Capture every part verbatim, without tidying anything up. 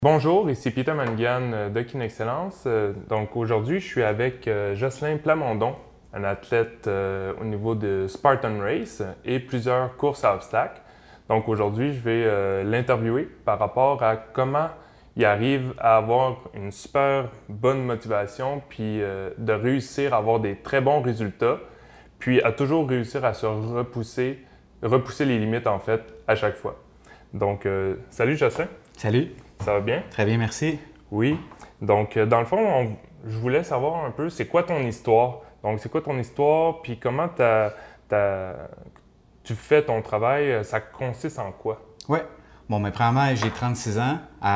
Bonjour, ici Peter Mangan de Kin Excellence. Donc aujourd'hui, je suis avec Jocelyn Plamondon, un athlète euh, au niveau de Spartan Race et plusieurs courses à obstacles. Donc aujourd'hui, je vais euh, l'interviewer par rapport à comment il arrive à avoir une super bonne motivation puis euh, de réussir à avoir des très bons résultats, puis à toujours réussir à se repousser, repousser les limites en fait à chaque fois. Donc, euh, salut Jocelyn. Salut. Ça va bien? Très bien, merci. Oui. Donc, euh, dans le fond, on- je voulais savoir un peu, c'est quoi ton histoire? Donc, c'est quoi ton histoire, puis comment t'as- t'as- tu fais ton travail? Ça consiste en quoi? Oui. Bon, mais premièrement, j'ai trente-six ans.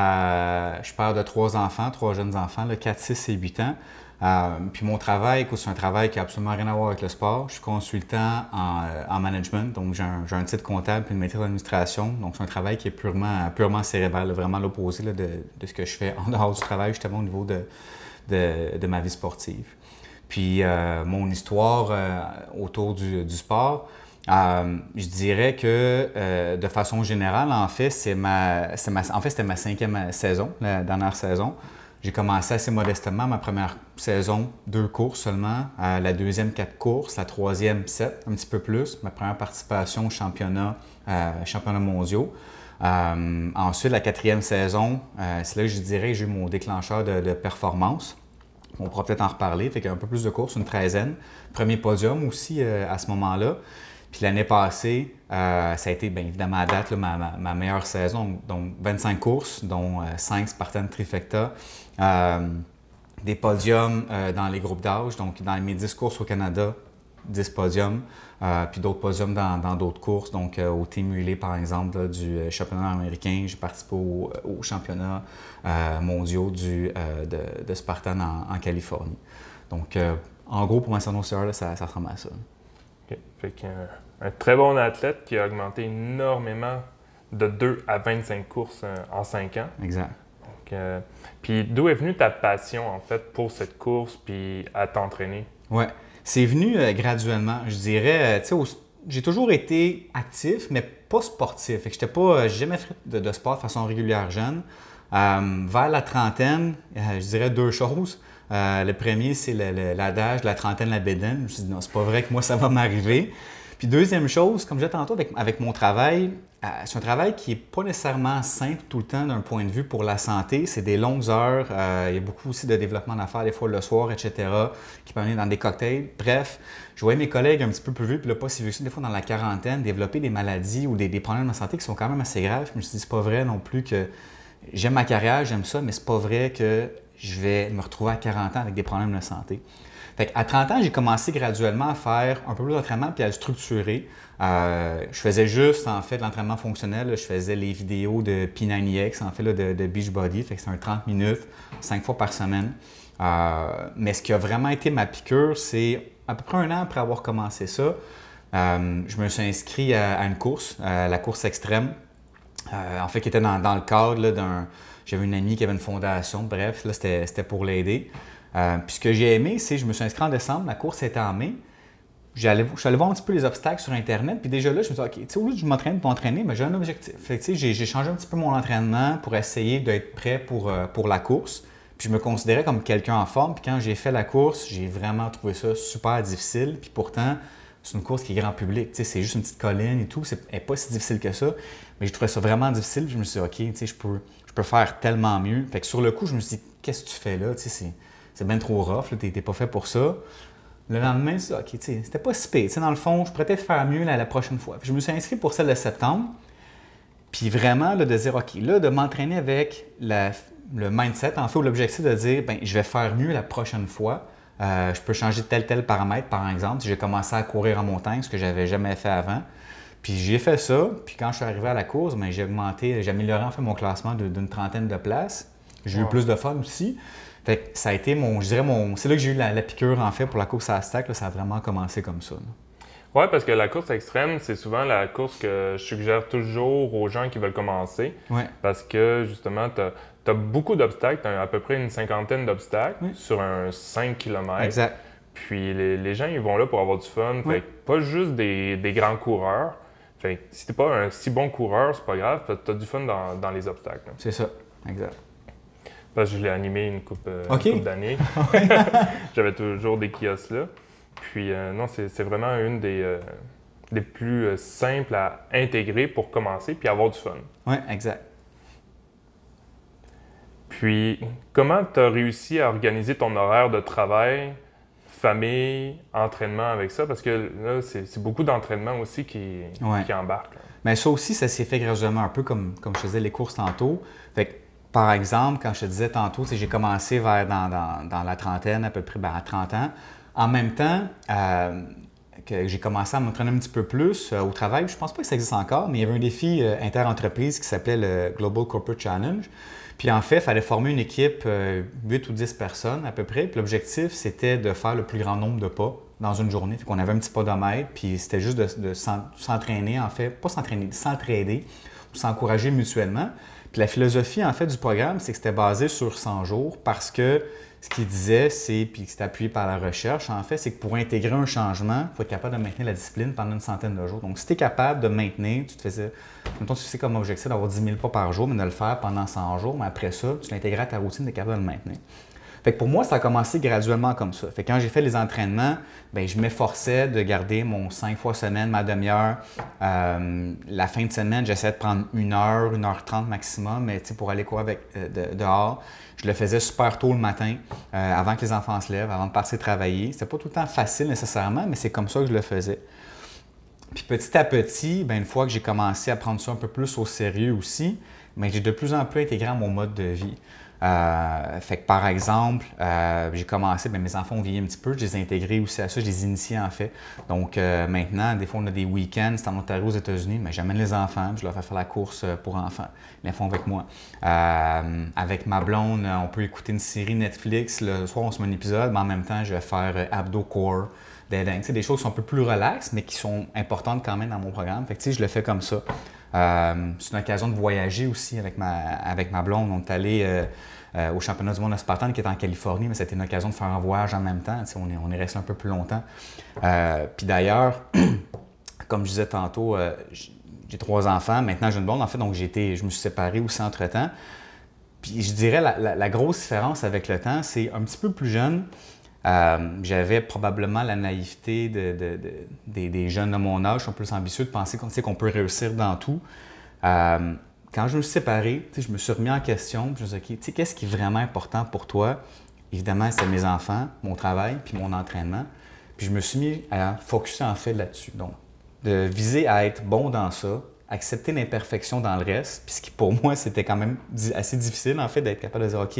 Euh, je suis père de trois enfants, trois jeunes enfants, là, quatre, six et huit ans. Euh, puis mon travail, écoute, c'est un travail qui n'a absolument rien à voir avec le sport. Je suis consultant en, euh, en management, donc j'ai un, j'ai un titre comptable puis une maîtrise d'administration. Donc c'est un travail qui est purement, purement cérébral, là, vraiment l'opposé là, de, de ce que je fais en dehors du travail, justement au niveau de, de, de ma vie sportive. Puis euh, mon histoire euh, autour du, du sport, euh, je dirais que euh, de façon générale, en fait, c'est ma, c'est ma, en fait, c'était ma cinquième saison, la dernière saison. J'ai commencé assez modestement ma première saison, deux courses seulement. Euh, la deuxième, quatre courses. La troisième, sept, un petit peu plus. Ma première participation au championnat, euh, championnat mondiaux. Euh, ensuite, la quatrième saison, euh, c'est là que je dirais que j'ai eu mon déclencheur de, de performance. On pourra peut-être en reparler. Fait qu'il y a un peu plus de courses, une treizaine. Premier podium aussi euh, à ce moment-là. Puis l'année passée, euh, ça a été bien évidemment à date là, ma, ma, ma meilleure saison. Donc vingt-cinq courses, dont euh, cinq Spartan Trifecta. Euh, des podiums euh, dans les groupes d'âge. Donc dans mes dix courses au Canada, dix podiums. Euh, puis d'autres podiums dans, dans d'autres courses. Donc euh, au Team Relay, par exemple, là, du euh, championnat américain. J'ai participé au, au championnat euh, mondiaux du, euh, de, de Spartan en, en Californie. Donc euh, en gros, pour ma saison C R, là, ça, ça ressemble à ça. OK. Fait qu'un un très bon athlète qui a augmenté énormément de deux à vingt-cinq courses euh, en cinq ans. Exact. Donc, euh, puis d'où est venue ta passion, en fait, pour cette course puis à t'entraîner? Ouais, c'est venu euh, graduellement. Je dirais, euh, tu sais, au- j'ai toujours été actif, mais pas sportif. Fait que j'étais pas, euh, j'ai jamais fait de, de sport de façon régulière jeune. Euh, vers la trentaine, euh, je dirais deux choses. Euh, le premier, c'est le- le- l'adage la trentaine, la bédaine. Je me suis dit, non, c'est pas vrai que moi, ça va m'arriver. Puis deuxième chose, comme je disais tantôt avec, avec mon travail, euh, c'est un travail qui n'est pas nécessairement simple tout le temps d'un point de vue pour la santé. C'est des longues heures. Euh, il y a beaucoup aussi de développement d'affaires, des fois le soir, et cetera, qui peut aller dans des cocktails. Bref, je voyais mes collègues un petit peu plus vieux, puis là, pas si vieux que ça, des fois dans la quarantaine, développer des maladies ou des, des problèmes de santé qui sont quand même assez graves. Je me suis dit, c'est pas vrai non plus que j'aime ma carrière, j'aime ça, mais c'est pas vrai que je vais me retrouver à quarante ans avec des problèmes de santé. Fait à trente ans, j'ai commencé graduellement à faire un peu plus d'entraînement puis à le structurer. Euh, je faisais juste, en fait, de l'entraînement fonctionnel. Là, je faisais les vidéos de P neuf X, en fait, là, de, de Beachbody. Fait que c'est un trente minutes, cinq fois par semaine. Euh, mais ce qui a vraiment été ma piqûre, c'est à peu près un an après avoir commencé ça, euh, je me suis inscrit à, à une course, à la course extrême. Euh, en fait, qui était dans, dans le cadre là, d'un... J'avais une amie qui avait une fondation, bref, là, c'était, c'était pour l'aider. Euh, puis ce que j'ai aimé, c'est que je me suis inscrit en décembre, la course était en mai. J'allais, je suis allé voir un petit peu les obstacles sur Internet, puis déjà là, je me suis dit, OK, tu sais, au lieu de je m'entraîne pour m'entraîner, mais j'ai un objectif. Fait que, tu sais, j'ai, j'ai changé un petit peu mon entraînement pour essayer d'être prêt pour, euh, pour la course. Puis je me considérais comme quelqu'un en forme, puis quand j'ai fait la course, j'ai vraiment trouvé ça super difficile. Puis pourtant, c'est une course qui est grand public, tu sais, c'est juste une petite colline et tout, c'est elle est pas si difficile que ça. Mais je trouvais ça vraiment difficile, puis je me suis dit, OK, tu sais, je peux, je peux faire tellement mieux. Fait que sur le coup, je me suis dit, qu'est-ce que tu fais là? Tu sais, c'est, c'est bien trop rough, là, t'es, t'es pas fait pour ça. Le lendemain, c'est OK, tu sais, c'était pas si pire. Tu sais, dans le fond, je pourrais peut-être faire mieux là, la prochaine fois. Puis je me suis inscrit pour celle de septembre. Puis vraiment, là, de dire, OK, là, de m'entraîner avec la, le mindset, en fait, ou l'objectif de dire, bien, je vais faire mieux la prochaine fois. Euh, je peux changer tel, tel paramètre, par exemple. Si j'ai commencé à courir en montagne, ce que j'avais jamais fait avant. Puis j'ai fait ça. Puis quand je suis arrivé à la course, bien, j'ai augmenté, j'ai amélioré en fait mon classement de, d'une trentaine de places. J'ai Wow. eu plus de fun aussi. Fait que ça a été mon, je dirais mon, c'est là que j'ai eu la, la piqûre en fait pour la course à stack. Là, ça a vraiment commencé comme ça. Oui, parce que la course extrême, c'est souvent la course que je suggère toujours aux gens qui veulent commencer. Ouais. Parce que justement, tu as beaucoup d'obstacles, tu as à peu près une cinquantaine d'obstacles Oui. sur un cinq kilomètres. Exact. Puis les, les gens, ils vont là pour avoir du fun. Oui. Fait que pas juste des, des grands coureurs. Fait que si t'es pas un si bon coureur, c'est pas grave, parce que tu as du fun dans, dans les obstacles. Là. C'est ça. Exact. Parce que je l'ai animé une couple, euh, OK. une couple d'années. J'avais toujours des kiosques là. Puis euh, non, c'est, c'est vraiment une des, euh, des plus euh, simples à intégrer pour commencer puis avoir du fun. Oui, exact. Puis, comment tu as réussi à organiser ton horaire de travail, famille, entraînement avec ça? Parce que là, c'est, c'est beaucoup d'entraînement aussi qui, Ouais. qui embarque. Là. Mais ça aussi, ça s'est fait graduellement, un peu comme, comme je faisais les courses tantôt. Fait que, par exemple, quand je te disais tantôt, j'ai commencé vers dans, dans, dans la trentaine, à peu près ben, à trente ans. En même temps, euh, que j'ai commencé à m'entraîner un petit peu plus euh, au travail. Je pense pas que ça existe encore, mais il y avait un défi euh, inter-entreprise qui s'appelait le Global Corporate Challenge. Puis en fait, il fallait former une équipe, euh, huit ou dix personnes à peu près. Puis l'objectif, c'était de faire le plus grand nombre de pas dans une journée. Fait qu'on avait un petit podomètre, puis c'était juste de, de s'entraîner, en fait, pas s'entraîner, s'entraider ou s'encourager mutuellement. Puis la philosophie, en fait, du programme, c'est que c'était basé sur cent jours parce que ce qu'il disait, c'est, puis c'était appuyé par la recherche, en fait, c'est que pour intégrer un changement, il faut être capable de maintenir la discipline pendant une centaine de jours. Donc, si tu es capable de maintenir, tu te faisais, mettons, tu sais comme objectif d'avoir dix mille pas par jour, mais de le faire pendant cent jours, mais après ça, tu l'intégrais à ta routine, tu es capable de le maintenir. Fait que pour moi, ça a commencé graduellement comme ça. Fait que quand j'ai fait les entraînements, bien, je m'efforçais de garder mon cinq fois semaine, ma demi-heure. Euh, la fin de semaine, j'essayais de prendre une heure, une heure trente maximum, mais pour aller courir avec, euh, de, dehors, je le faisais super tôt le matin, euh, avant que les enfants se lèvent, avant de partir travailler. C'était pas tout le temps facile nécessairement, mais c'est comme ça que je le faisais. Puis petit à petit, bien, une fois que j'ai commencé à prendre ça un peu plus au sérieux aussi, bien, j'ai de plus en plus intégré à mon mode de vie. Euh, fait que par exemple, euh, j'ai commencé, bien, mes enfants ont vieilli un petit peu, je les ai intégrés aussi à ça, je les ai initiés en fait. Donc euh, maintenant, des fois on a des week-ends, c'est en Ontario aux États-Unis, mais j'amène les enfants, je leur fais faire la course pour enfants, ils les font avec moi. Euh, avec ma blonde, on peut écouter une série Netflix, le soir on se met un épisode, mais en même temps je vais faire abdo core, des, des, des choses qui sont un peu plus relaxes, mais qui sont importantes quand même dans mon programme. Fait que tu sais, je le fais comme ça. Euh, c'est une occasion de voyager aussi avec ma, avec ma blonde. On est allé euh, euh, au championnat du monde de Spartan qui est en Californie, mais c'était une occasion de faire un voyage en même temps. On est, on est resté un peu plus longtemps. Euh, Puis d'ailleurs, comme je disais tantôt, euh, j'ai trois enfants. Maintenant, j'ai une blonde, en fait, donc j'ai été, je me suis séparé aussi entre-temps. Puis je dirais la, la, la grosse différence avec le temps, c'est un petit peu plus jeune. Euh, j'avais probablement la naïveté de, de, de, des, des jeunes de mon âge, qui sont plus ambitieux, de penser qu'on, qu'on peut réussir dans tout. Euh, quand je me suis séparé, je me suis remis en question, puis je me suis dit, OK, qu'est-ce qui est vraiment important pour toi? Évidemment, c'était mes enfants, mon travail, puis mon entraînement. Puis je me suis mis à focusser en fait là-dessus. Donc, de viser à être bon dans ça, accepter l'imperfection dans le reste, puis ce qui pour moi, c'était quand même assez difficile en fait d'être capable de dire, OK,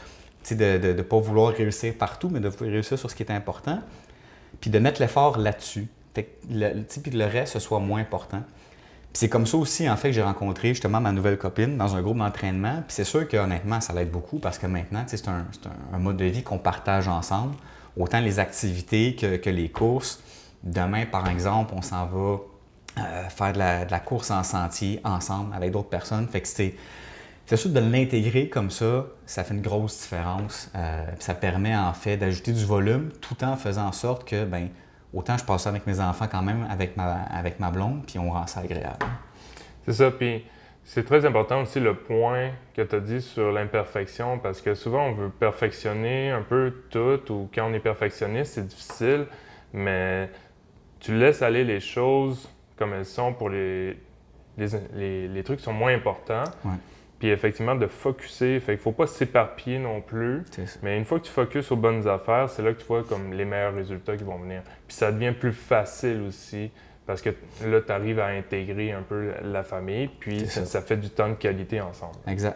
de ne pas vouloir réussir partout, mais de vouloir réussir sur ce qui est important, puis de mettre l'effort là-dessus, puis que le reste, ce soit moins important. Puis c'est comme ça aussi, en fait, que j'ai rencontré justement ma nouvelle copine dans un groupe d'entraînement. Puis c'est sûr qu'honnêtement, ça l'aide beaucoup parce que maintenant, c'est un, c'est un, un mode de vie qu'on partage ensemble, autant les activités que, que les courses. Demain, par exemple, on s'en va euh, faire de la, de la course en sentier ensemble avec d'autres personnes. Fait que c'est C'est sûr de l'intégrer comme ça, ça fait une grosse différence. Euh, ça permet en fait d'ajouter du volume tout en faisant en sorte que, ben, autant je passe ça avec mes enfants quand même, avec ma, avec ma blonde, puis on rend ça agréable. C'est ça, puis c'est très important aussi le point que tu as dit sur l'imperfection, parce que souvent on veut perfectionner un peu tout, ou quand on est perfectionniste, c'est difficile, mais tu laisses aller les choses comme elles sont pour les, les, les, les trucs qui sont moins importants. Ouais. Puis effectivement, de focusser. Fait qu'il ne faut pas s'éparpiller non plus. Mais une fois que tu focuses aux bonnes affaires, c'est là que tu vois comme les meilleurs résultats qui vont venir. Puis ça devient plus facile aussi parce que là, tu arrives à intégrer un peu la famille. Puis ça, ça fait du temps de qualité ensemble. Exact.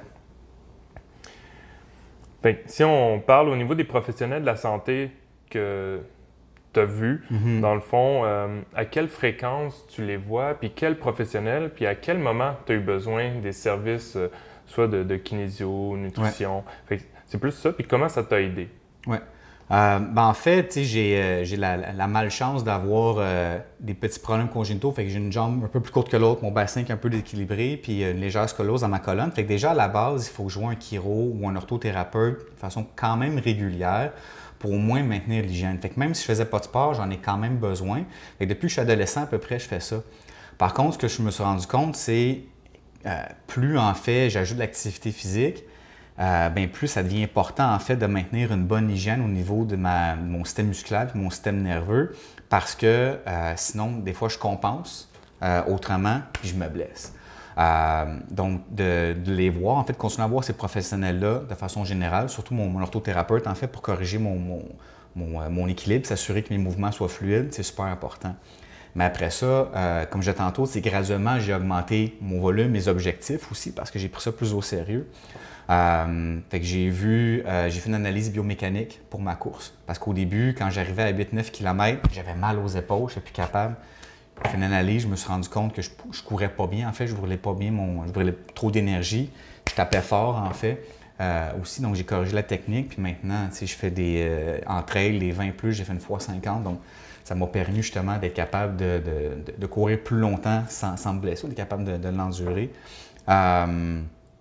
Fait que si on parle au niveau des professionnels de la santé que tu as vus, mm-hmm. dans le fond, euh, à quelle fréquence tu les vois, puis quel professionnel, puis à quel moment tu as eu besoin des services euh, soit de, de kinésio, nutrition. Ouais. C'est plus ça. Puis comment ça t'a aidé? Oui. Euh, ben en fait, j'ai, euh, j'ai la, la malchance d'avoir euh, des petits problèmes congénitaux. Fait que j'ai une jambe un peu plus courte que l'autre, mon bassin qui est un peu déséquilibré, puis une légère scoliose dans ma colonne. Fait que déjà, à la base, il faut que je joue un chiro ou un orthothérapeute de façon quand même régulière pour au moins maintenir l'hygiène. Fait que même si je faisais pas de sport, j'en ai quand même besoin. Fait que depuis que je suis adolescent, à peu près, je fais ça. Par contre, ce que je me suis rendu compte, c'est Euh, plus en fait j'ajoute de l'activité physique, euh, ben plus ça devient important en fait de maintenir une bonne hygiène au niveau de, ma, de mon système musculaire et mon système nerveux parce que euh, sinon, des fois, je compense euh, autrement puis je me blesse. Euh, donc, de, de les voir, en fait, continuer à voir ces professionnels-là de façon générale, surtout mon, mon orthothérapeute, en fait, pour corriger mon, mon, mon, euh, mon équilibre, s'assurer que mes mouvements soient fluides, c'est super important. Mais après ça, euh, comme je disais tantôt, c'est graduellement, j'ai augmenté mon volume, mes objectifs aussi, parce que j'ai pris ça plus au sérieux. Euh, fait que j'ai vu, euh, j'ai fait une analyse biomécanique pour ma course. Parce qu'au début, quand j'arrivais à huit neuf kilomètres, j'avais mal aux épaules, je n'étais plus capable. J'ai fait une analyse, je me suis rendu compte que je, je courais pas bien. En fait, je brûlais pas bien, mon, je brûlais trop d'énergie. Je tapais fort, en fait. Euh, aussi, donc j'ai corrigé la technique. Puis maintenant, tu sais, je fais des euh, en trail, les vingt plus, j'ai fait une fois cinquante. Donc, ça m'a permis justement d'être capable de, de, de, de courir plus longtemps sans, sans me blesser, d'être capable de, de l'endurer. Euh,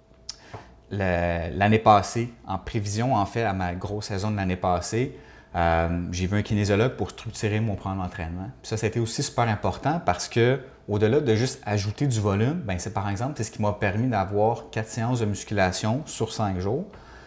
L'année passée, en prévision, en fait, à ma grosse saison de l'année passée, euh, j'ai vu un kinésiologue pour structurer mon plan d'entraînement. Puis ça, ça a été aussi super important parce que, au-delà de juste ajouter du volume, bien, c'est par exemple c'est ce qui m'a permis d'avoir quatre séances de musculation sur cinq jours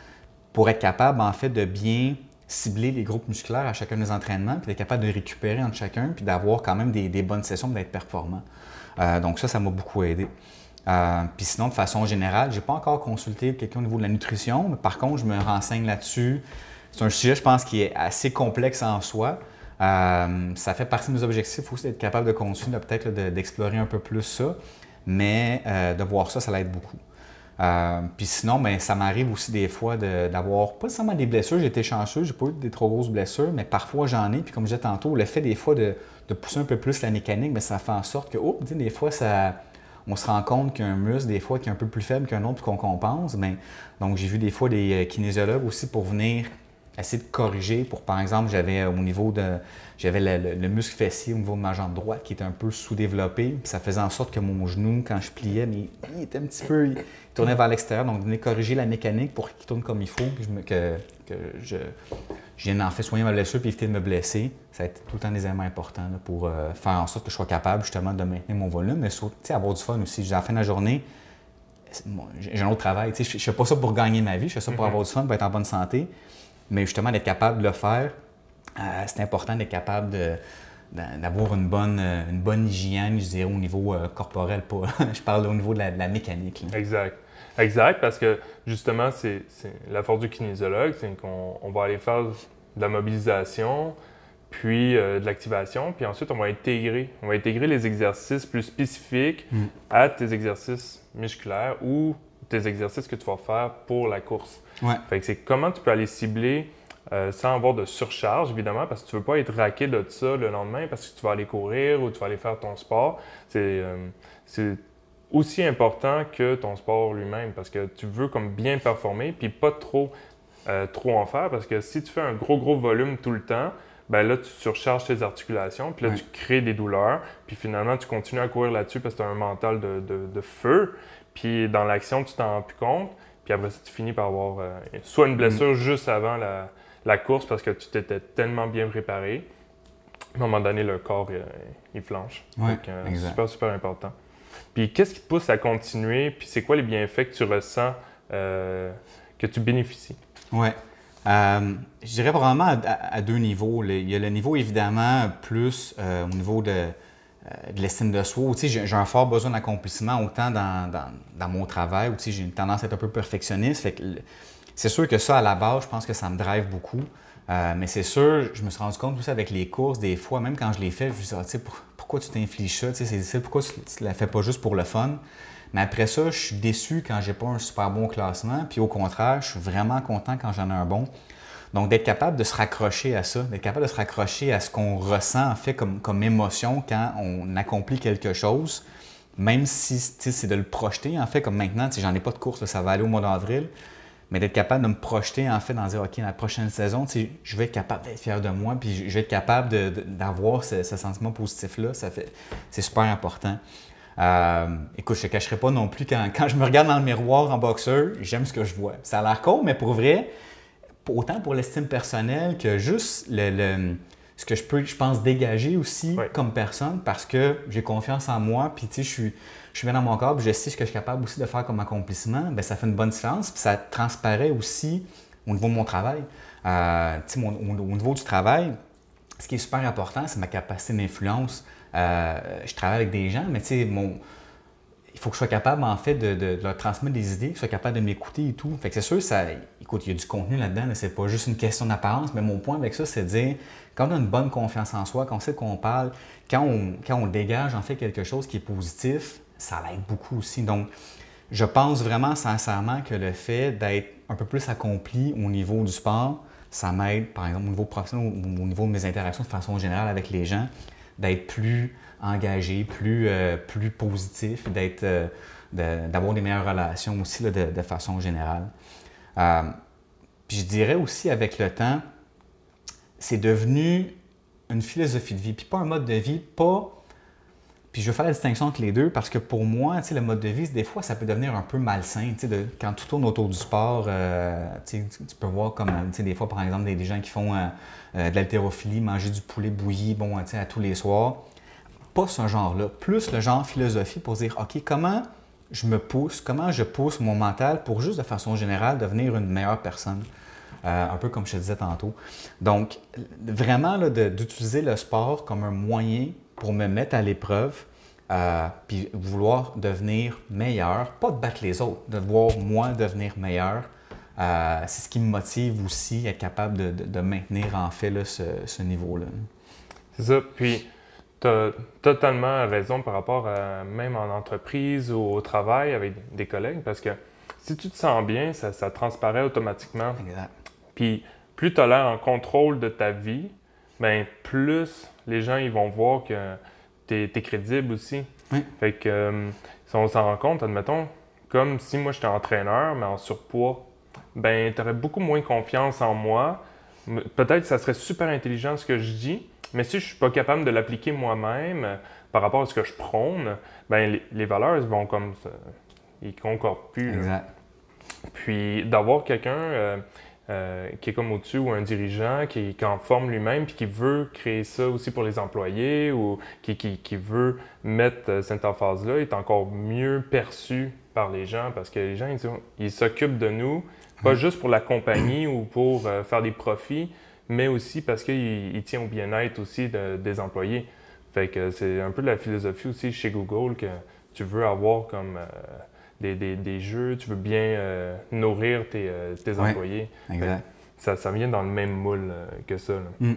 pour être capable, en fait, de bien cibler les groupes musculaires à chacun des entraînements, puis d'être capable de récupérer entre chacun, puis d'avoir quand même des, des bonnes sessions, d'être performant. Euh, donc ça, ça m'a beaucoup aidé. Euh, puis sinon, de façon générale, je n'ai pas encore consulté quelqu'un au niveau de la nutrition, mais par contre, je me renseigne là-dessus. C'est un sujet, je pense, qui est assez complexe en soi. Euh, ça fait partie de mes objectifs aussi d'être capable de continuer, peut-être de, d'explorer un peu plus ça, mais euh, de voir ça, ça l'aide beaucoup. Euh, puis sinon, bien, ça m'arrive aussi des fois de, d'avoir pas nécessairement des blessures. J'ai été chanceux, j'ai pas eu des trop grosses blessures, mais parfois j'en ai. Puis comme je disais tantôt, le fait des fois de, de pousser un peu plus la mécanique, bien, ça fait en sorte que, oh, des fois, ça... on se rend compte qu'il y a un muscle, des fois, qui est un peu plus faible qu'un autre, qu'on compense. Bien, donc, j'ai vu des fois des kinésiologues aussi pour venir essayer de corriger. Pour, par exemple, j'avais au niveau de... J'avais le, le, le muscle fessier au niveau de ma jambe droite qui était un peu sous-développé. Puis ça faisait en sorte que mon genou, quand je pliais, mais il était un petit peu... Il tournait vers l'extérieur. Donc, de venir corriger la mécanique pour qu'il tourne comme il faut, que je, me, que, que je, je vienne en fait soigner ma blessure puis éviter de me blesser. Ça a été tout le temps des éléments importants là, pour euh, faire en sorte que je sois capable justement de maintenir mon volume, mais surtout avoir du fun aussi. À la fin de la journée, j'ai un autre travail. Je ne fais pas ça pour gagner ma vie, je fais ça pour avoir du fun, pour être en bonne santé. Mais justement, d'être capable de le faire, euh, c'est important d'être capable de, d'avoir une bonne, une bonne hygiène, je dirais, au niveau euh, corporel. Pas, je parle au niveau de la, de la mécanique. Là. Exact. Exact, parce que justement, c'est, c'est la force du kinésiologue, c'est qu'on on va aller faire de la mobilisation, puis euh, de l'activation, puis ensuite on va intégrer, on va intégrer les exercices plus spécifiques mm. à tes exercices musculaires ou tes exercices que tu vas faire pour la course. Ouais. Fait que c'est comment tu peux aller cibler euh, sans avoir de surcharge, évidemment, parce que tu ne veux pas être raqué de ça le lendemain parce que tu vas aller courir ou tu vas aller faire ton sport. C'est, euh, c'est aussi important que ton sport lui-même parce que tu veux comme bien performer puis pas trop, euh, trop en faire parce que si tu fais un gros, gros volume tout le temps, ben là, tu surcharges tes articulations, puis là, ouais. tu crées des douleurs, puis finalement, tu continues à courir là-dessus parce que tu as un mental de, de, de feu, puis dans l'action, tu t'en rends plus compte, puis après ça, tu finis par avoir euh, soit une blessure mmh. juste avant la, la course parce que tu t'étais tellement bien préparé. À un moment donné, le corps, il, il flanche. Ouais, Donc, euh, c'est super, super important. Puis, qu'est-ce qui te pousse à continuer, puis c'est quoi les bienfaits que tu ressens, euh, que tu bénéficies? Oui. Euh, je dirais probablement à, à, à deux niveaux. Il y a le niveau, évidemment, plus euh, au niveau de, euh, de l'estime de soi. Tu sais, j'ai, j'ai un fort besoin d'accomplissement, autant dans, dans, dans mon travail, où tu sais, j'ai une tendance à être un peu perfectionniste. Fait que c'est sûr que ça, à la base, je pense que ça me drive beaucoup. Euh, mais c'est sûr, je me suis rendu compte aussi avec les courses, des fois, même quand je les fais, je me dis, ah, tu sais, pour, pourquoi tu t'infliges ça? Tu sais, c'est difficile, pourquoi tu ne la fais pas juste pour le fun? Mais après ça, je suis déçu quand j'ai pas un super bon classement. Puis au contraire, je suis vraiment content quand j'en ai un bon. Donc, d'être capable de se raccrocher à ça, d'être capable de se raccrocher à ce qu'on ressent en fait comme, comme émotion quand on accomplit quelque chose, même si c'est de le projeter en fait, comme maintenant, j'en ai pas de course, là, ça va aller au mois d'avril, mais d'être capable de me projeter en fait, dans dire, OK, la prochaine saison, je vais être capable d'être fier de moi, puis je vais être capable de, de, d'avoir ce, ce sentiment positif-là, ça fait, c'est super important. Euh, écoute, je ne te cacherai pas non plus, quand, quand je me regarde dans le miroir en boxeur, j'aime ce que je vois. Ça a l'air con, mais pour vrai, autant pour l'estime personnelle que juste le, le, ce que je peux, je pense, dégager aussi ouais. comme personne parce que j'ai confiance en moi, puis tu sais, je suis, je suis bien dans mon corps, puis je sais ce que je suis capable aussi de faire comme accomplissement, bien, ça fait une bonne différence, puis ça transparaît aussi au niveau de mon travail. Euh, tu sais, mon, au, au niveau du travail, ce qui est super important, c'est ma capacité d'influence. Euh, je travaille avec des gens, mais tu sais, mon... il faut que je sois capable, en fait, de, de, de leur transmettre des idées, que je sois capable de m'écouter et tout. Fait que c'est sûr, ça, écoute, il y a du contenu là-dedans, là, c'est pas juste une question d'apparence, mais mon point avec ça, c'est de dire, quand on a une bonne confiance en soi, quand on sait qu'on parle, quand on, quand on dégage, en fait, quelque chose qui est positif, ça l'aide beaucoup aussi. Donc, je pense vraiment sincèrement que le fait d'être un peu plus accompli au niveau du sport, ça m'aide, par exemple, au niveau professionnel, au, au niveau de mes interactions de façon générale avec les gens, d'être plus engagé, plus, euh, plus positif, d'être, euh, de, d'avoir des meilleures relations aussi là, de, de façon générale. Euh, puis je dirais aussi avec le temps, c'est devenu une philosophie de vie, puis pas un mode de vie, pas... Puis je veux faire la distinction entre les deux parce que pour moi, tu sais, le mode de vie, des fois, ça peut devenir un peu malsain. Tu sais, de, quand tout tourne autour du sport, euh, tu sais, tu peux voir comme, tu sais, des fois, par exemple, des, des gens qui font euh, euh, de l'haltérophilie, manger du poulet bouilli, bon, tu sais, à tous les soirs. Pas ce genre-là, plus le genre philosophie pour dire, OK, comment je me pousse, comment je pousse mon mental pour juste de façon générale devenir une meilleure personne. Euh, un peu comme je te disais tantôt. Donc, vraiment, là, de, d'utiliser le sport comme un moyen pour me mettre à l'épreuve, euh, puis vouloir devenir meilleur, pas de battre les autres, de voir moi devenir meilleur, euh, c'est ce qui me motive aussi, être capable de, de, de maintenir en fait là, ce, ce niveau-là. C'est ça. Puis, tu as totalement raison par rapport à même en entreprise ou au travail avec des collègues, parce que si tu te sens bien, ça, ça transparaît automatiquement. Exact. Puis, plus tu as l'air en contrôle de ta vie, bien, plus les gens ils vont voir que tu es crédible aussi. Oui. Fait que euh, si on s'en rend compte, admettons, comme si moi j'étais entraîneur, mais en surpoids, ben tu aurais beaucoup moins confiance en moi. Peut-être que ça serait super intelligent ce que je dis, mais si je suis pas capable de l'appliquer moi-même euh, par rapport à ce que je prône, ben les, les valeurs ils vont comme ça, ils concordent plus. Exact. Là. Puis d'avoir quelqu'un euh, euh, qui est comme au-dessus ou un dirigeant qui, qui en forme lui-même puis qui veut créer ça aussi pour les employés ou qui, qui, qui veut mettre euh, cette emphase-là est encore mieux perçu par les gens parce que les gens ils, ils s'occupent de nous, pas juste pour la compagnie ou pour euh, faire des profits, mais aussi parce qu'il il tient au bien-être aussi de, des employés. Fait que c'est un peu la philosophie aussi chez Google que tu veux avoir comme euh, des, des, des jeux, tu veux bien euh, nourrir tes, euh, tes Ouais, employés. exact. Ça, ça vient dans le même moule euh, que ça. Là. Mm.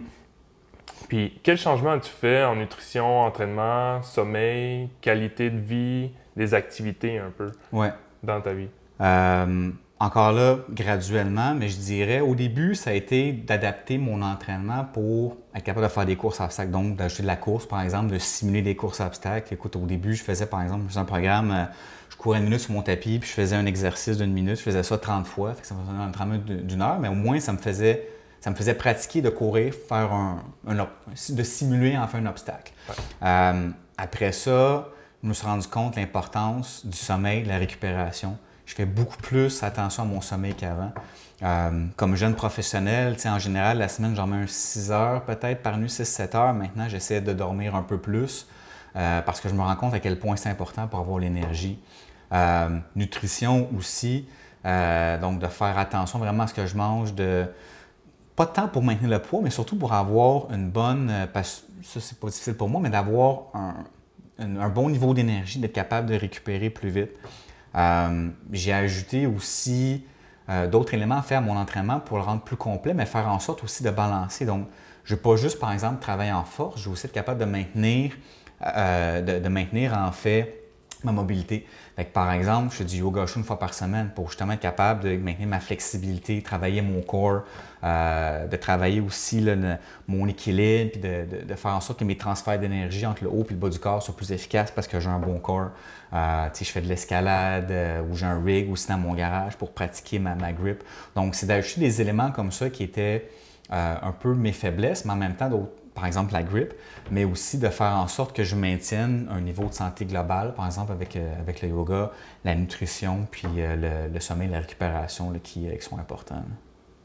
Puis, quel changement as-tu fait en nutrition, entraînement, sommeil, qualité de vie, des activités un peu Ouais. dans ta vie? Euh, encore là, graduellement, mais je dirais, au début, ça a été d'adapter mon entraînement pour être capable de faire des courses à obstacles. Donc, d'ajouter de la course, par exemple, de simuler des courses à obstacles. Écoute, au début, je faisais, par exemple, je faisais un programme, euh, je courais une minute sur mon tapis, puis je faisais un exercice d'une minute. Je faisais ça trente fois, fait que ça me faisait un entraînement d'une heure, mais au moins, ça me faisait, ça me faisait pratiquer de courir, faire un, un de simuler en fait un obstacle. Ouais. Euh, après ça, je me suis rendu compte de l'importance du sommeil, de la récupération. Je fais beaucoup plus attention à mon sommeil qu'avant. Euh, comme jeune professionnel, en général, la semaine, j'en mets un six heures peut-être par nuit, six sept heures. Maintenant, j'essaie de dormir un peu plus euh, parce que je me rends compte à quel point c'est important pour avoir l'énergie. Euh, nutrition aussi, euh, donc de faire attention vraiment à ce que je mange, de pas tant pour maintenir le poids, mais surtout pour avoir une bonne, euh, parce que ça c'est pas difficile pour moi, mais d'avoir un, un, un bon niveau d'énergie, d'être capable de récupérer plus vite. Euh, j'ai ajouté aussi euh, d'autres éléments à faire à mon entraînement pour le rendre plus complet, mais faire en sorte aussi de balancer. Donc, je ne veux pas juste, par exemple, travailler en force, je veux aussi être capable de maintenir, euh, de, de maintenir en fait ma mobilité. Fait que, par exemple, je fais du yoga chaud une fois par semaine pour justement être capable de maintenir ma flexibilité, travailler mon corps, euh, de travailler aussi là, le, mon équilibre, puis de, de, de faire en sorte que mes transferts d'énergie entre le haut et le bas du corps soient plus efficaces parce que j'ai un bon corps. Euh, je fais de l'escalade euh, ou j'ai un rig aussi dans mon garage pour pratiquer ma, ma grip. Donc, c'est d'ajouter des éléments comme ça qui étaient euh, un peu mes faiblesses, mais en même temps d'autres. Par exemple la grip, mais aussi de faire en sorte que je maintienne un niveau de santé global, par exemple avec, euh, avec le yoga, la nutrition, puis euh, le, le sommeil, la récupération là, qui, euh, qui sont importants. Là.